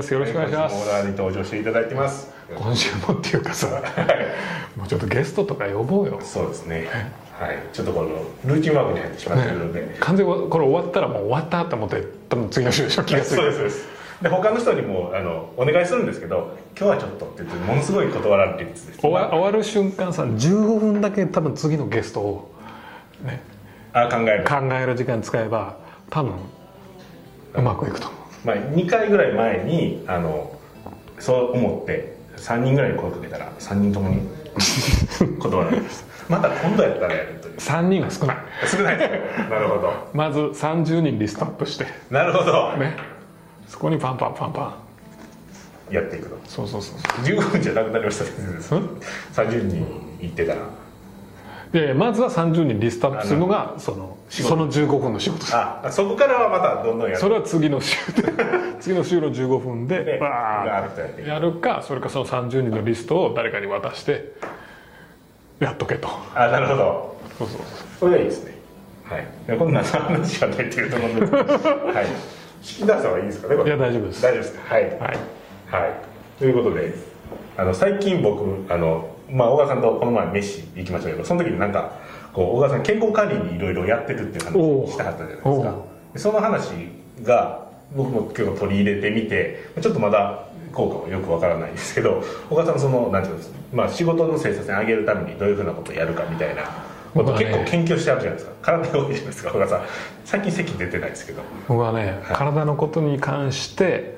。よろしくお願いします。 モーラーに登場していただいてます。 今週もっていうかさもうちょっとゲストとか呼ぼうよ。 そうですね、はい、ちょっとこのルーティンワークに入ってしまっているので、 完全にこれ終わったらもう終わったと思って多分次の週でしょ気がする。 そうですそうです。で他の人にもお願いするんですけど、今日はちょっとって言ってものすごい断られてるんです。 終わる瞬間さ15分だけ多分次のゲストをね考える時間使えば多分うまくいくと思う。 まあ、2回ぐらい前にそう思って3人ぐらいに声かけたら3人ともに断られました。また今度やったらやるという。 3人は少ないですね。なるほど。 まず30人リストアップして、 なるほどね、そこにパンパンパンパンやっていくと。 そう 15分じゃなくなりましたね。30人いってたら。 でまずは30人リストアップするのがその15分の仕事です。 そこからはまたどんどんやる。 それは次の週の15分でバーッとやるか、それかその30人のリストを誰かに渡してやっとけと。 なるほど。それはいいですね。はい。こんな話はないっていうところで、はい。引き出した方がいいですかね。 いや大丈夫です。 大丈夫です。はいはい。ということで最近僕小川さんとこの前飯行きましたけど、その時になんかこう小川さん健康管理にいろいろやってるっていう話をしたかったじゃないですか。その話が僕も結構取り入れてみて、ちょっとまだ効果はよくわからないですけど、小川さんそのなんていうんですか、仕事の生産性を上げるためにどういうふうなことをやるかみたいなことを結構研究してあるじゃないですか。体が多いじゃないですか。小川さん最近咳出てないですけど、 僕はね、体のことに関して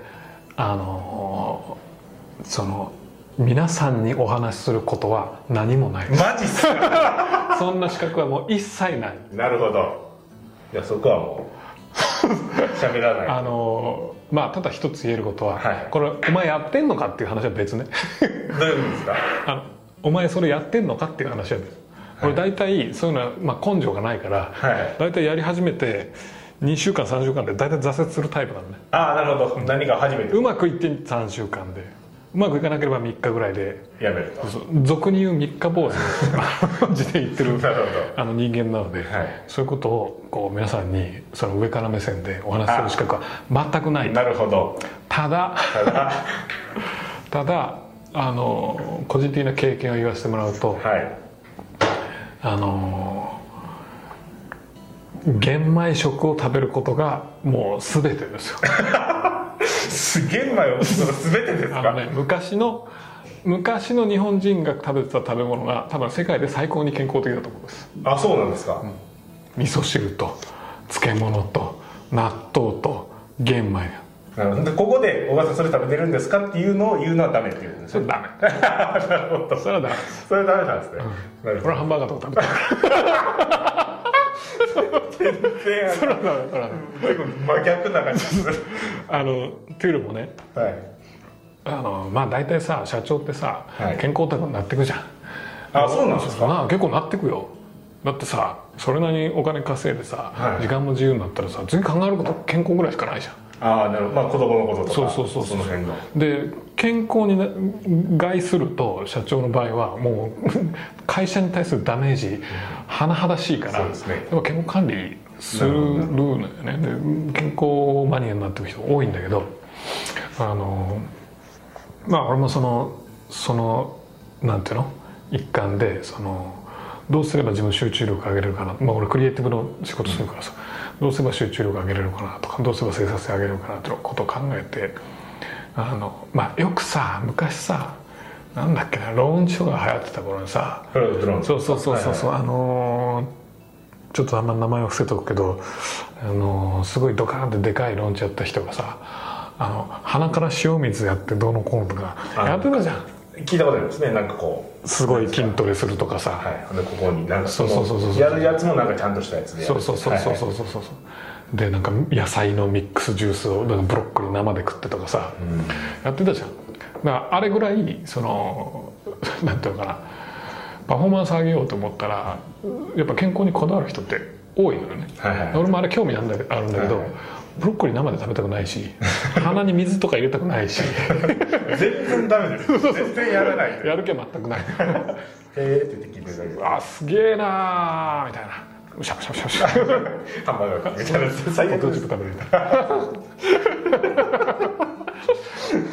皆さんにお話しすることは何もないです。 マジっすか？ そんな資格はもう一切ない。 なるほど。いやそこはもう喋らない。 ただ一つ言えることは、これお前やってんのかっていう話は別ね。 どういうことですか？ お前それやってんのかっていう話は別。これ大体そういうのは、根性がないから、大体やり始めて2週間3週間で大体挫折するタイプなのね。 なるほど。何か初めてうまくいって3週間で、うまくいかなければ3日ぐらいでやめると。 俗に言う3日坊主の字で言ってる人間なので、そういうことをこう皆さんにその上から目線でお話しする資格は全くない。 なるほど。 ただ個人的な経験を言わせてもらうと、玄米食を食べることがもう全てですよ。 玄米を全てですか？ 昔の日本人が食べてた食べ物が多分世界で最高に健康的だと思います。 そうなんですか？ 味噌汁と漬物と納豆と玄米。 でここで「小川さんそれ食べてるんですか?」っていうのを言うのはダメっていうんですよ。それダメ。 なるほど。それはダメ。それはダメなんですね。 これはハンバーガーとか食べてる。 それはダメ。結構真逆な感じです。 というよりもね、大体さ社長ってさ、健康オタクになってくじゃん。 そうなんですか？ 結構なってくよ。だってさそれなりにお金稼いでさ、時間も自由になったらさ次考えること健康ぐらいしかないじゃん。 なるほど。子供のこととかそうその辺ので健康に害すると社長の場合はもう会社に対するダメージ甚だしいから、やっぱ健康管理するのよね。で健康マニアになってる人多いんだけど、俺もそのなんていうの一環でどうすれば自分の集中力上げれるかな、俺クリエイティブの仕事するからさ、どうすれば集中力上げれるかなとか、どうすれば生産性上げれるかなってことを考えて、よくさ昔さなんだっけな、ローンチとかが流行ってた頃にさ、そうちょっとあんま名前を伏せとくけど、すごいドカーンってでかいローンチやった人がさ、鼻から塩水やってどうのこうのとかやってたじゃん。 聞いたことありますね。なんかこうすごい筋トレするとかさ、 でここになんかやるやつもなんかちゃんとしたやつでやる。そうでなんか野菜のミックスジュースをブロッコリー生で食ってとかさ、やってたじゃん。だからあれぐらいなんていうのかな、パフォーマンス上げようと思ったらやっぱ健康にこだわる人って多いのよね。俺もあれ興味あるんだけど、ブロッコリー生で食べたくないし、鼻に水とか入れたくないし全然ダメです。全然やらない。 やる気は全くない。 へえって言って聞いてるだけで、 すげえなーみたいな、シャブシャブシャブシャブハンバーガーみたいな最悪です。 食べるみたいな。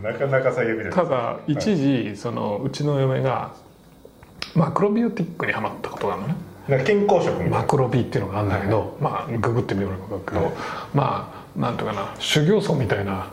なかなか最悪じゃない。 ただ一時そのうちの嫁がマクロビオティックにはまったことがあるのね。 なんか健康食みたいな。 マクロビっていうのがあるんだけど、まあググってみようか分かるけど、まあなんていうかな、修行僧みたいな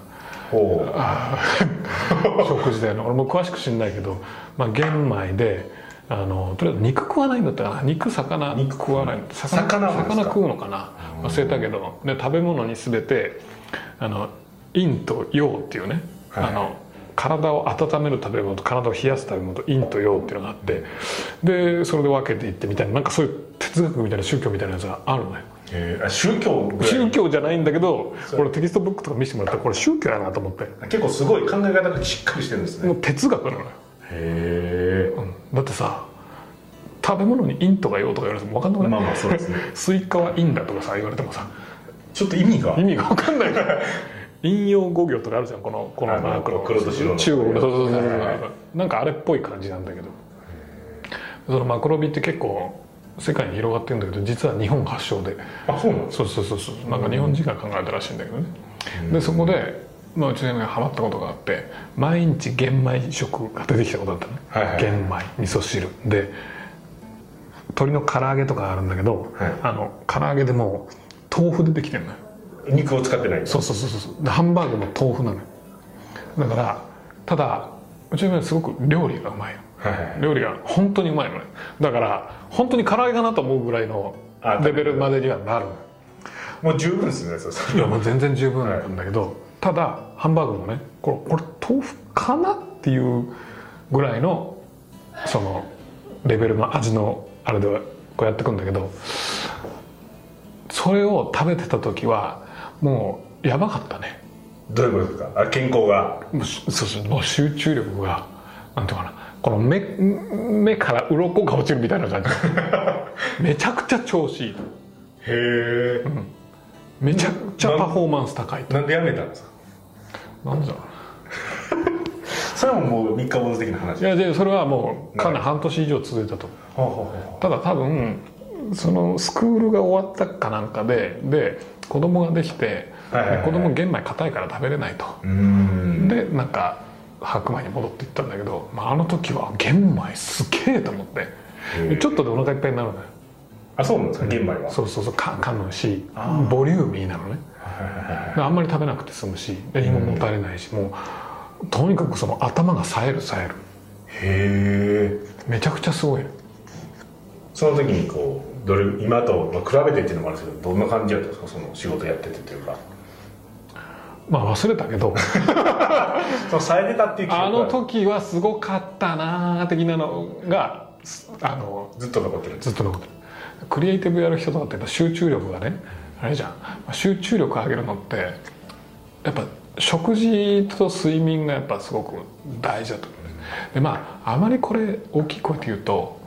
食事だよね。俺も詳しく知んないけど、まあ、玄米でとりあえず肉食わないんだったかな。肉魚食わない。魚食うのかな、忘れたけど、で食べ物に全て陰と陽っていうね、体を温める食べ物と体を冷やす食べ物と陰と陽っていうのがあって、でそれで分けていってみたいな、なんかそういう哲学みたいな宗教みたいなやつがあるのよ。 宗教じゃないんだけど、これテキストブックとか見せてもらったらこれ宗教やなと思って。 結構すごい考え方がしっかりしてるんですね。 もう哲学なのよ。 へえ、 だってさ、食べ物に陰とか陽とか言われても分かんなくない？ まあまあそうですね。 スイカは陰だとかさ言われてもさ、 ちょっと意味が分かんないから陰陽五行とかあるじゃん、この黒と白の中国のなんかあれっぽい感じなんだけど、そのマクロビって結構世界に広がってるんだけど、実は日本発祥で。 あ、そうなんですか。 そうなんか日本人が考えたらしいんだけどね。でそこで、まあ、うちの嫁がハマったことがあって、毎日玄米食が出てきたことだったね、玄米味噌汁で、鶏の唐揚げとかあるんだけど、唐揚げでも豆腐出てきてるのよ。 肉を使ってない。 そうでハンバーグも豆腐なのよ。だからただうちの嫁はすごく料理がうまいの。料理が本当にうまいのね。だから本当に唐揚げかなと思うぐらいのレベルまでにはなるの。 もう十分ですね。 いやもう全然十分なんだけど、ただハンバーグもね、これ豆腐かなっていうぐらいのそのレベルの味のあれではこうやってくんだけど、それを食べてた時はもうやばかったね。 どういうことですか？健康がもう集中力がなんていうかな、この目から鱗が落ちるみたいな感じめちゃくちゃ調子いい。へえ、 めちゃくちゃパフォーマンス高い。 なんでやめたんですか？ なんでだろうそれももう三日坊主的な話。 いやそれはもうかなり半年以上続いたと。ただ多分そのスクールが終わったかなんかで子供ができて、子供玄米硬いから食べれないと。でなんか白米に戻っていったんだけど、あの時は玄米すげえと思って、ちょっとでお腹いっぱいになるのよ。 あ、そうなんですか？玄米はそう噛むし、ボリューミーなのね。あんまり食べなくて済むし、胃ももたれないし、もうとにかくその頭が冴える。へえ、めちゃくちゃすごい。 その時にこう今と比べてっていうのもあるんですけど、どんな感じだったんですか？その仕事やっててというか。 忘れたけどそう冴えてたっていう記憶はあの時はすごかったな的なのがずっと残ってる。 クリエイティブやる人とかってやっぱ集中力がね、あれじゃん。集中力上げるのってやっぱ食事と睡眠がやっぱすごく大事だと思うね。であまりこれ大きい声で言うと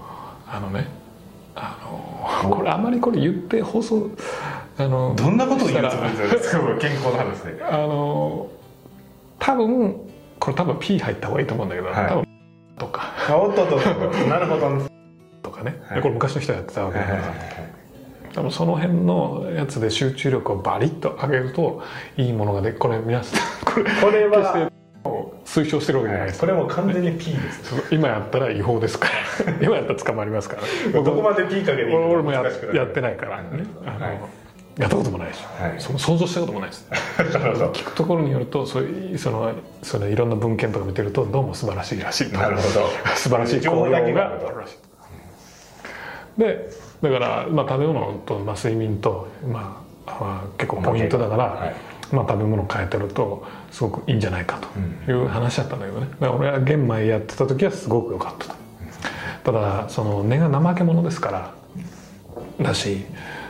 これあまりこれ言って放送どんなことを言うつもりですか？健康の話で多分 P 入った方がいいと思うんだけど、多分とかなるほどとかね、これ昔の人やってたわけだから、多分その辺のやつで集中力をバリッと上げるといいものがこれ皆さんこれは推奨してるわけじゃないです。 これも完全に P です。 今やったら違法ですから今やったら捕まりますからどこまで P かけていいか俺もやってないからね、やったこともないし、想像したこともないです聞くところによるとそのいろんな文献とか見てるとどうも素晴らしいらしい。 なるほど。 素晴らしい効能があるらしい。でだから食べ物と睡眠と結構ポイントだから、食べ物変えてるとすごくいいんじゃないかという話だったんだけどね。だから俺は玄米やってた時はすごく良かったと。ただその根が怠け者ですからだし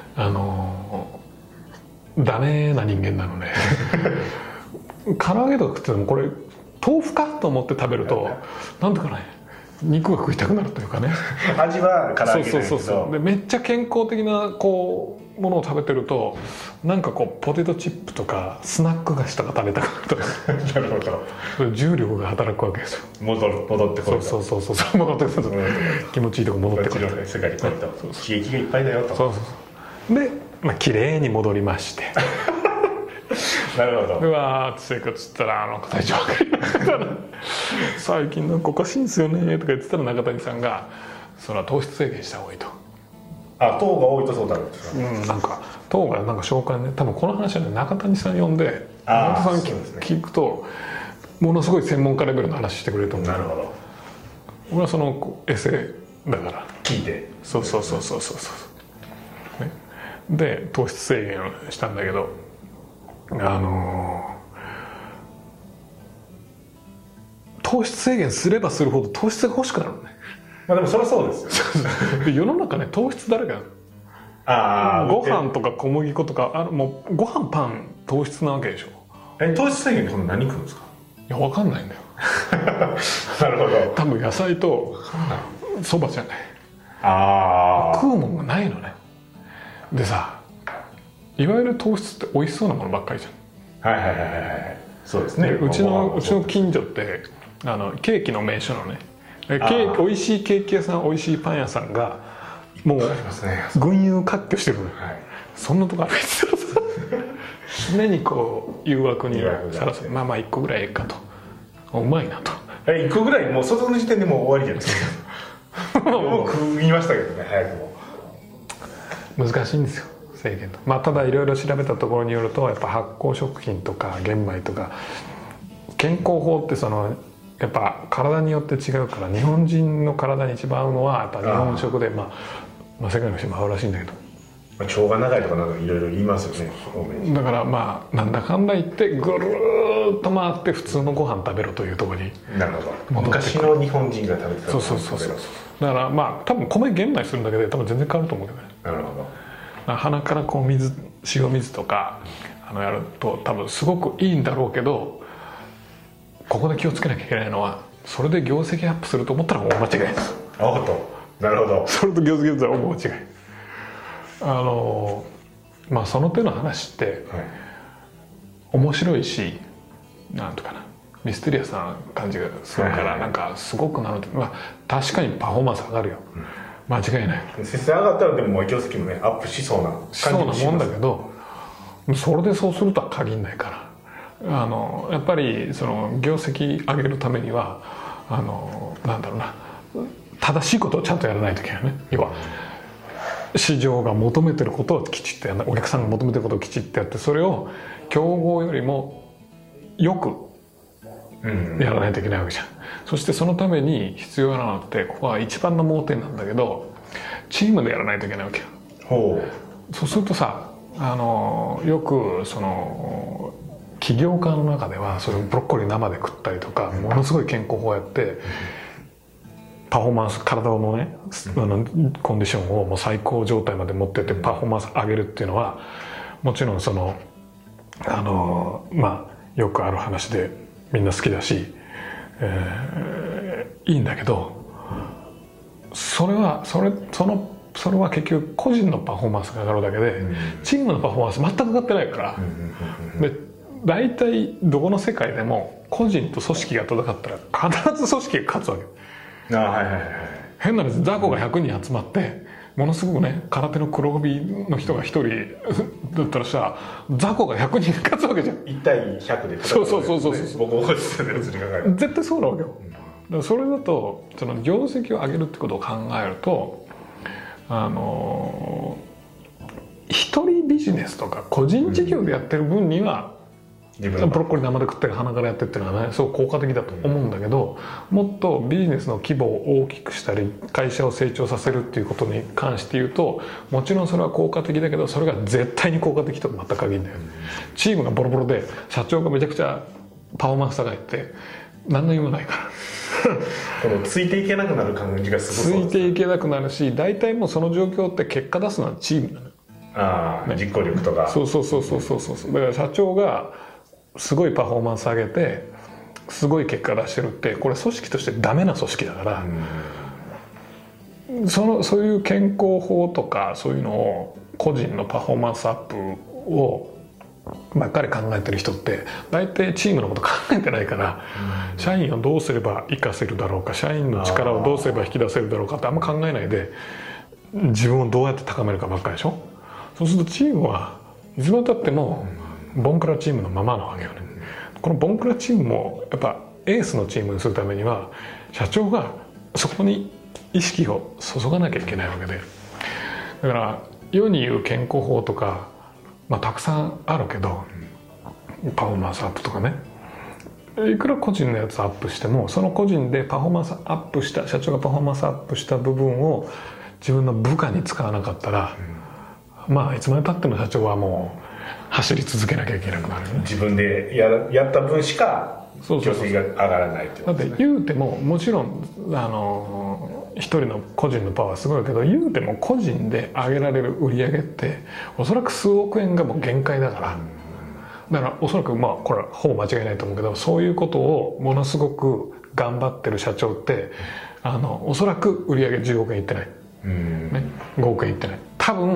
ダメな人間なので唐揚げとか食っててもこれ豆腐かと思って食べるとなんとかね肉が食いたくなるというかね味は唐揚げですけどそうでめっちゃ健康的なものを食べてるとなんかポテトチップとかスナック菓子とか食べたくなるとかなるほど。 重力が働くわけですよ。 戻ってこいと。 そう戻ってくると気持ちいいとこ戻ってくる世界に来いと刺激がいっぱいだよと。 で綺麗に戻りましてなるほど。 でわーって生活したら中谷ちゃんが最近なんかおかしいんですよねとか言ってたら中谷さんがそれは糖質制限した方がいいと。 あ、糖が多いとそうなるんですか。 なんか糖がなんか紹介ね、多分この話はね中谷さん呼んで中谷さん聞くとものすごい専門家レベルの話してくれると思う。 なるほど。 俺はそのエセだから聞いて。 そう、ね、で糖質制限をしたんだけど糖質制限すればするほど糖質が欲しくなるのね。 まあでもそりゃそうですよ、 ね、で世の中ね糖質だらけなの。ご飯とか小麦粉とかもうご飯パン糖質なわけでしょ。 糖質制限って何食うんですか。 いや分かんないんだよなるほど。 多分野菜とそばじゃない。食うもんがないのね。でさ、いわゆる糖質って美味しそうなものばっかりじゃん。はいそうですね。うちの近所ってケーキの名所のね、美味しいケーキ屋さん、美味しいパン屋さんがもう群雄割拠してるのよ、そんなとこ歩いてたらさ常にこう誘惑にさらされ、まあ1個ぐらいええかと、うまいなと。 1個ぐらいもう外の時点でもう終わりじゃないですかもう食いましたけどね、早くも。 難しいんですよ制限と。まあただいろいろ調べたところによるとやっぱ発酵食品とか玄米とか健康法ってやっぱ体によって違うから日本人の体に一番合うのはやっぱ日本食でまあ世界の人も合うらしいんだけど、 腸が長いとかなんかいろいろ言いますよね。 だからまあなんだかんだ言ってぐるーっと回って普通のご飯食べろというところに。 なるほど。昔の日本人が食べてた。 そうだからまあ多分米玄米するんだけど多分全然変わると思うけどね。 なるほど。 鼻からこう塩水とかやると多分すごくいいんだろうけど、ここで気をつけなきゃいけないのはそれで業績アップすると思ったら大間違いです。 なるほど。 それと業績アップは大間違い。まあその手の話って面白いし、なんとかなミステリアスな感じがするからなんかすごくなると、まあ確かにパフォーマンス上がるよ、間違いない。 先生上がったらでも業績もねアップしそうな感じそうなもんだけど、それでそうするとは限らないから、やっぱりその業績上げるためにはなんだろうな、正しいことをちゃんとやらないといけないね。要は市場が求めてることをきちっとやらない、お客さんが求めてることをきちっとやって、それを競合よりもよくやらないといけないわけじゃん。そしてそのために必要なのってここは一番の盲点なんだけど、チームでやらないといけないわけよ。そうするとさ、よくその起業家の中ではそれをブロッコリー生で食ったりとか、ものすごい健康法をやってパフォーマンス、体のねコンディションをもう最高状態まで持ってってパフォーマンス上げるっていうのはもちろんそのまあよくある話でみんな好きだし、いいんだけど、それは結局個人のパフォーマンスが上がるだけで、チームのパフォーマンス全く上がってないから、で大体どこの世界でも個人と組織が戦ったら必ず組織が勝つわけ。変な話、雑魚が100人集まってものすごくね空手の黒帯の人が1人だったらさ、雑魚が100人勝つわけじゃん。 1対100でそう僕も絶対そうなわけよ。だからそれだとその業績を上げるってことを考えると、一人ビジネスとか個人事業でやってる分には、ブロッコリー生で食って鼻からやってっていうのはねすごく効果的だと思うんだけど、もっとビジネスの規模を大きくしたり会社を成長させるっていうことに関して言うと、もちろんそれは効果的だけど、それが絶対に効果的とは全く限るんだよ。チームがボロボロで社長がめちゃくちゃパフォーマンス高いって何の意味もないからこのついていけなくなる感じがすごい。 ついていけなくなるし、大体もうその状況って結果出すのはチームなの。 実行力とか。 そうだから社長がすごいパフォーマンス上げてすごい結果出してるって、これ組織としてダメな組織だから、そういう健康法とかそういうのを個人のパフォーマンスアップをばっかり考えてる人って大体チームのこと考えてないから、社員をどうすれば活かせるだろうか、社員の力をどうすれば引き出せるだろうかってあんま考えないで、自分をどうやって高めるかばっかりでしょ。そうするとチームはいつまでたってもボンクラチームのままなわけよね。このボンクラチームもやっぱエースのチームにするためには社長がそこに意識を注がなきゃいけないわけで、だから世に言う健康法とか、たくさんあるけど、パフォーマンスアップとかね、いくら個人のやつアップしても、その個人でパフォーマンスアップした社長がパフォーマンスアップした部分を自分の部下に使わなかったら、いつまでたっても社長はもう走り続けなきゃいけなくなるよね。 自分でやった分しか業績が上がらないってことですね。 だって言うてももちろん一人の個人のパワーすごいけど、言うても個人で上げられる売り上げっておそらく数億円がもう限界だから、だからおそらくこれはほぼ間違いないと思うけど、そういうことをものすごく頑張ってる社長っておそらく売り上げ10億円いってない、ね、5億円いってない、多分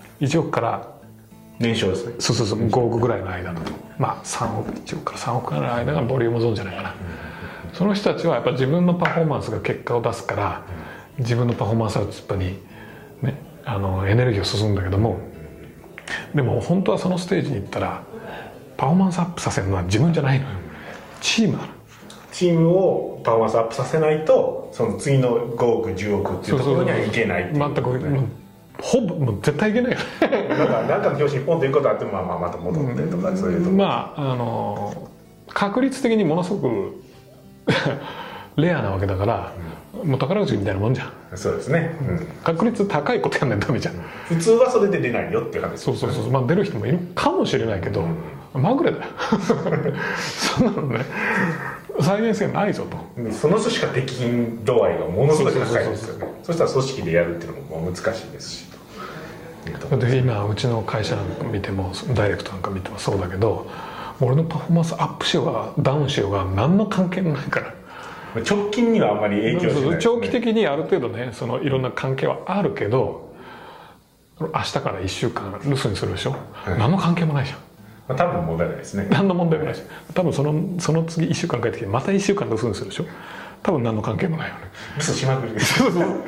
1億から年商ですね。 そう5億ぐらいの間だと、3億1億から3億ぐらいの間がボリュームゾーンじゃないかな。その人たちはやっぱ自分のパフォーマンスが結果を出すから、自分のパフォーマンスアップに、ね、エネルギーを注ぐんだけども、でも本当はそのステージに行ったらパフォーマンスアップさせるのは自分じゃないのよ、チームなの。 チームをパフォーマンスアップさせないと、その次の5億10億っていうところにはいけないっていう、 全くほぼもう絶対いけないよなんかの表紙にポンということあってもまた戻ってとか、そういうとこ確率的にものすごくレアなわけだから、もう宝くじみたいなもんじゃん。 そうですね、 確率高いことやんないとダメじゃん。 普通はそれで出ないよっていう話です。 そう出る人もいるかもしれないけど、まぐれだよそんなのね再現性ないぞと。 その人しかできん度合いがものすごい高いですよね。そしたら組織でやるっていうのも難しいですし。 で今うちの会社なんか見てもダイレクトなんか見てもそうだけど、俺のパフォーマンスアップしようがダウンしようが何の関係もないから。 直近にはあんまり影響しないですね。 長期的にある程度ね、いろんな関係はあるけど、明日から1週間留守にするでしょ、何の関係もないじゃん。 多分問題ないですね。 何の問題もないし、多分その次1週間帰ってきてまた1週間留守にするでしょ、多分何の関係もないよね。 留守しまくりです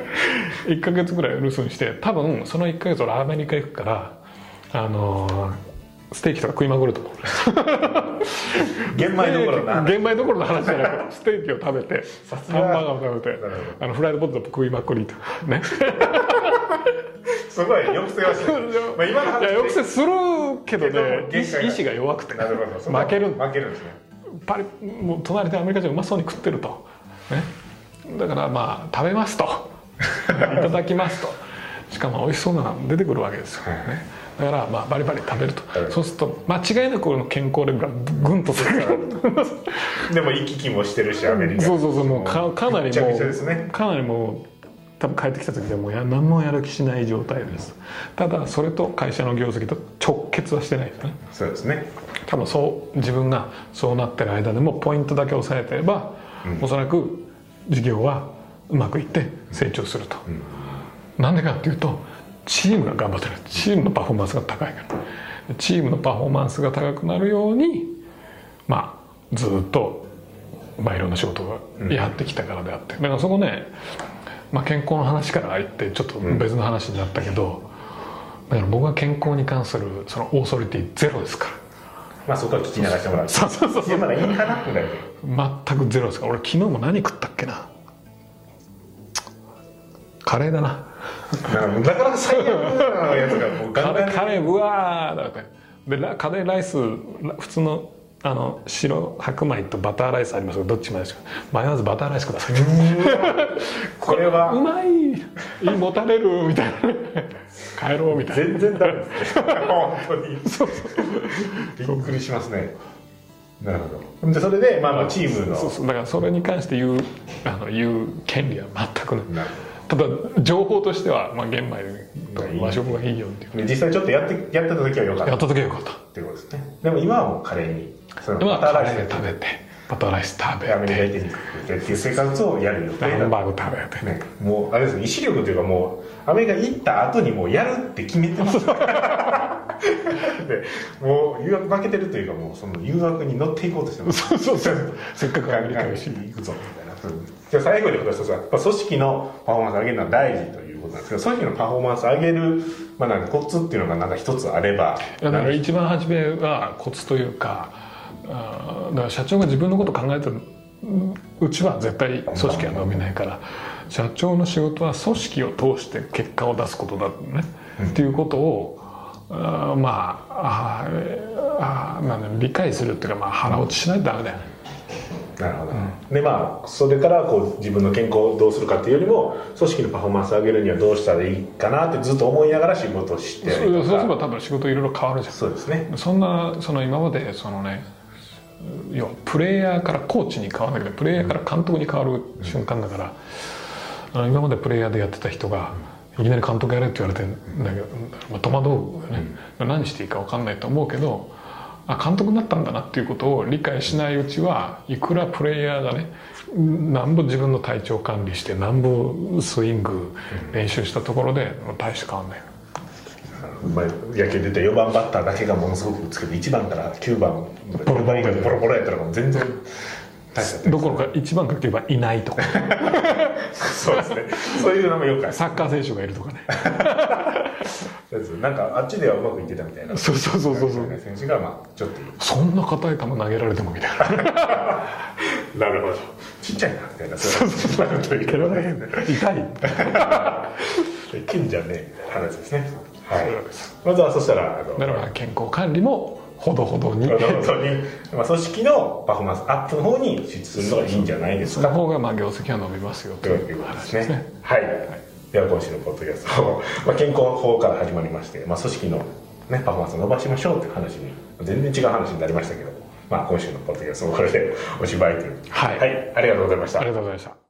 1ヶ月ぐらい留守にして、多分その1ヶ月俺アメリカ行くからステーキとか食いまくると思う玄米どころな玄米どころの話じゃなくて、ステーキを食べてハンバーガーを食べてフライドポテト食いまくりとねすごい抑制はしてる今の話抑制するけどね、意志が弱くて負けるんですね。 もう隣でアメリカ人うまそうに食ってると、ね、だから食べますといただきますと、しかも美味しそうなの出てくるわけですよ、ね、だからバリバリ食べると、そうすると間違いなく俺の健康レベルがぐんと下がるでも行き来もしてるしアメリカもうかなりもうかなりもう多分帰ってきた時でもう何もやる気しない状態です。ただそれと会社の業績と直結はしてないですね。 そうですね。 多分自分がそうなってる間でもポイントだけ押さえてれば、おそらく事業はうまくいって成長すると、なんでかっていうとチームが頑張ってる、チームのパフォーマンスが高いから、チームのパフォーマンスが高くなるようにずっといろんな仕事をやってきたからであって、だからそこね、健康の話から入ってちょっと別の話になったけど、だから僕は健康に関するそのオーソリティゼロですから、 そこは聞き流してもらう。そうまだいいかなぐらいで全くゼロですから。俺昨日も何食ったっけな、カレーだななかなか最悪なやつがもうガンガンカレーうわーだってでカレーライス普通の白白米とバターライスありますけど、どっちもですか、迷わずバターライスくださいこれはうまい持たれるみたいな帰ろうみたいな、 全然ダメですね本当にびっくりしますね。なるほど。でそれでチームのだからそれに関して言う権利は全くない。ただ情報としては玄米と和食がいいよっていう。 実際ちょっとやってた時は良かった。 やった時は良かったっていうことですね。でも今はもうカレーに今はカレー食べてバターライス食べてアメリカ行ってっていう生活をやる予定だ。 ハンバーグ食べてね、もうあれですね、意志力というかもうアメリカ行った後にもうやるって決めてますでもう誘惑負けてるというか、もうその誘惑に乗っていこうとしてます。 そうせっかくアメリカに行くぞみたいな。じゃあ最後に私たちは組織のパフォーマンスを上げるのは大事ということなんですけど、組織のパフォーマンスを上げるまあなんかコツっていうのがなんか一つあれば。 だから一番初めはコツというか、だから社長が自分のこと考えてるうちは絶対組織は伸びないから、社長の仕事は組織を通して結果を出すことだね、っていうことを理解するっていうか、腹落ちしないとダメだよね。 なるほど、でまあそれからこう自分の健康をどうするかっていうよりも組織のパフォーマンスを上げるにはどうしたらいいかなってずっと思いながら仕事をしてそうすれば多分仕事いろいろ変わるじゃん。 そうですね。 その今まで要はプレイヤーからコーチに変わらなきゃプレイヤーから監督に変わる瞬間だから、今までプレイヤーでやってた人がいきなり監督やれって言われてんだけど、戸惑うよね、何していいか分かんないと思うけど、監督になったんだなっていうことを理解しないうちはいくらプレイヤーがねなんぼ自分の体調管理してなんぼスイング練習したところで大して変わんないよ。 野球出て4番バッターだけがものすごく打つけど1番から9番ボロボロやったらもう全然大したどころか1番か9番いないとかそうですね、そういうのもよくある。 サッカー選手がいるとかねなんかあっちではうまくいってたみたいなそう選手がちょっとそんな硬い球投げられてもみたいななるほど、ちっちゃいなみたいな、そう蹴られへん痛い剣じゃねえみたいな話ですね。はい、まずはそしたらだから健康管理もほどほどに組織のパフォーマンスアップの方に支出するのがいいんじゃないですか。 その方が業績が伸びますよという話ですね。 はい、では今週のポッドキャスト健康法から始まりまして、組織の、パフォーマンスを伸ばしましょうという話に全然違う話になりましたけど、今週のポッドキャストもこれでおしまいという。はい、ありがとうございました。 ありがとうございました。